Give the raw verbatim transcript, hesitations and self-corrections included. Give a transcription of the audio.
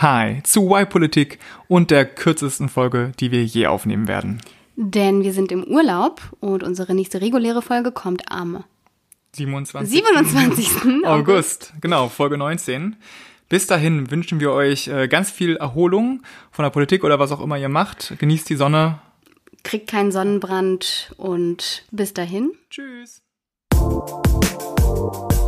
Hi zu Y-Politik und der kürzesten Folge, die wir je aufnehmen werden. Denn wir sind im Urlaub und unsere nächste reguläre Folge kommt am siebenundzwanzigsten siebenundzwanzigsten August. Genau, Folge neunzehn. Bis dahin wünschen wir euch äh, ganz viel Erholung von der Politik oder was auch immer ihr macht. Genießt die Sonne. Kriegt keinen Sonnenbrand und bis dahin. Tschüss.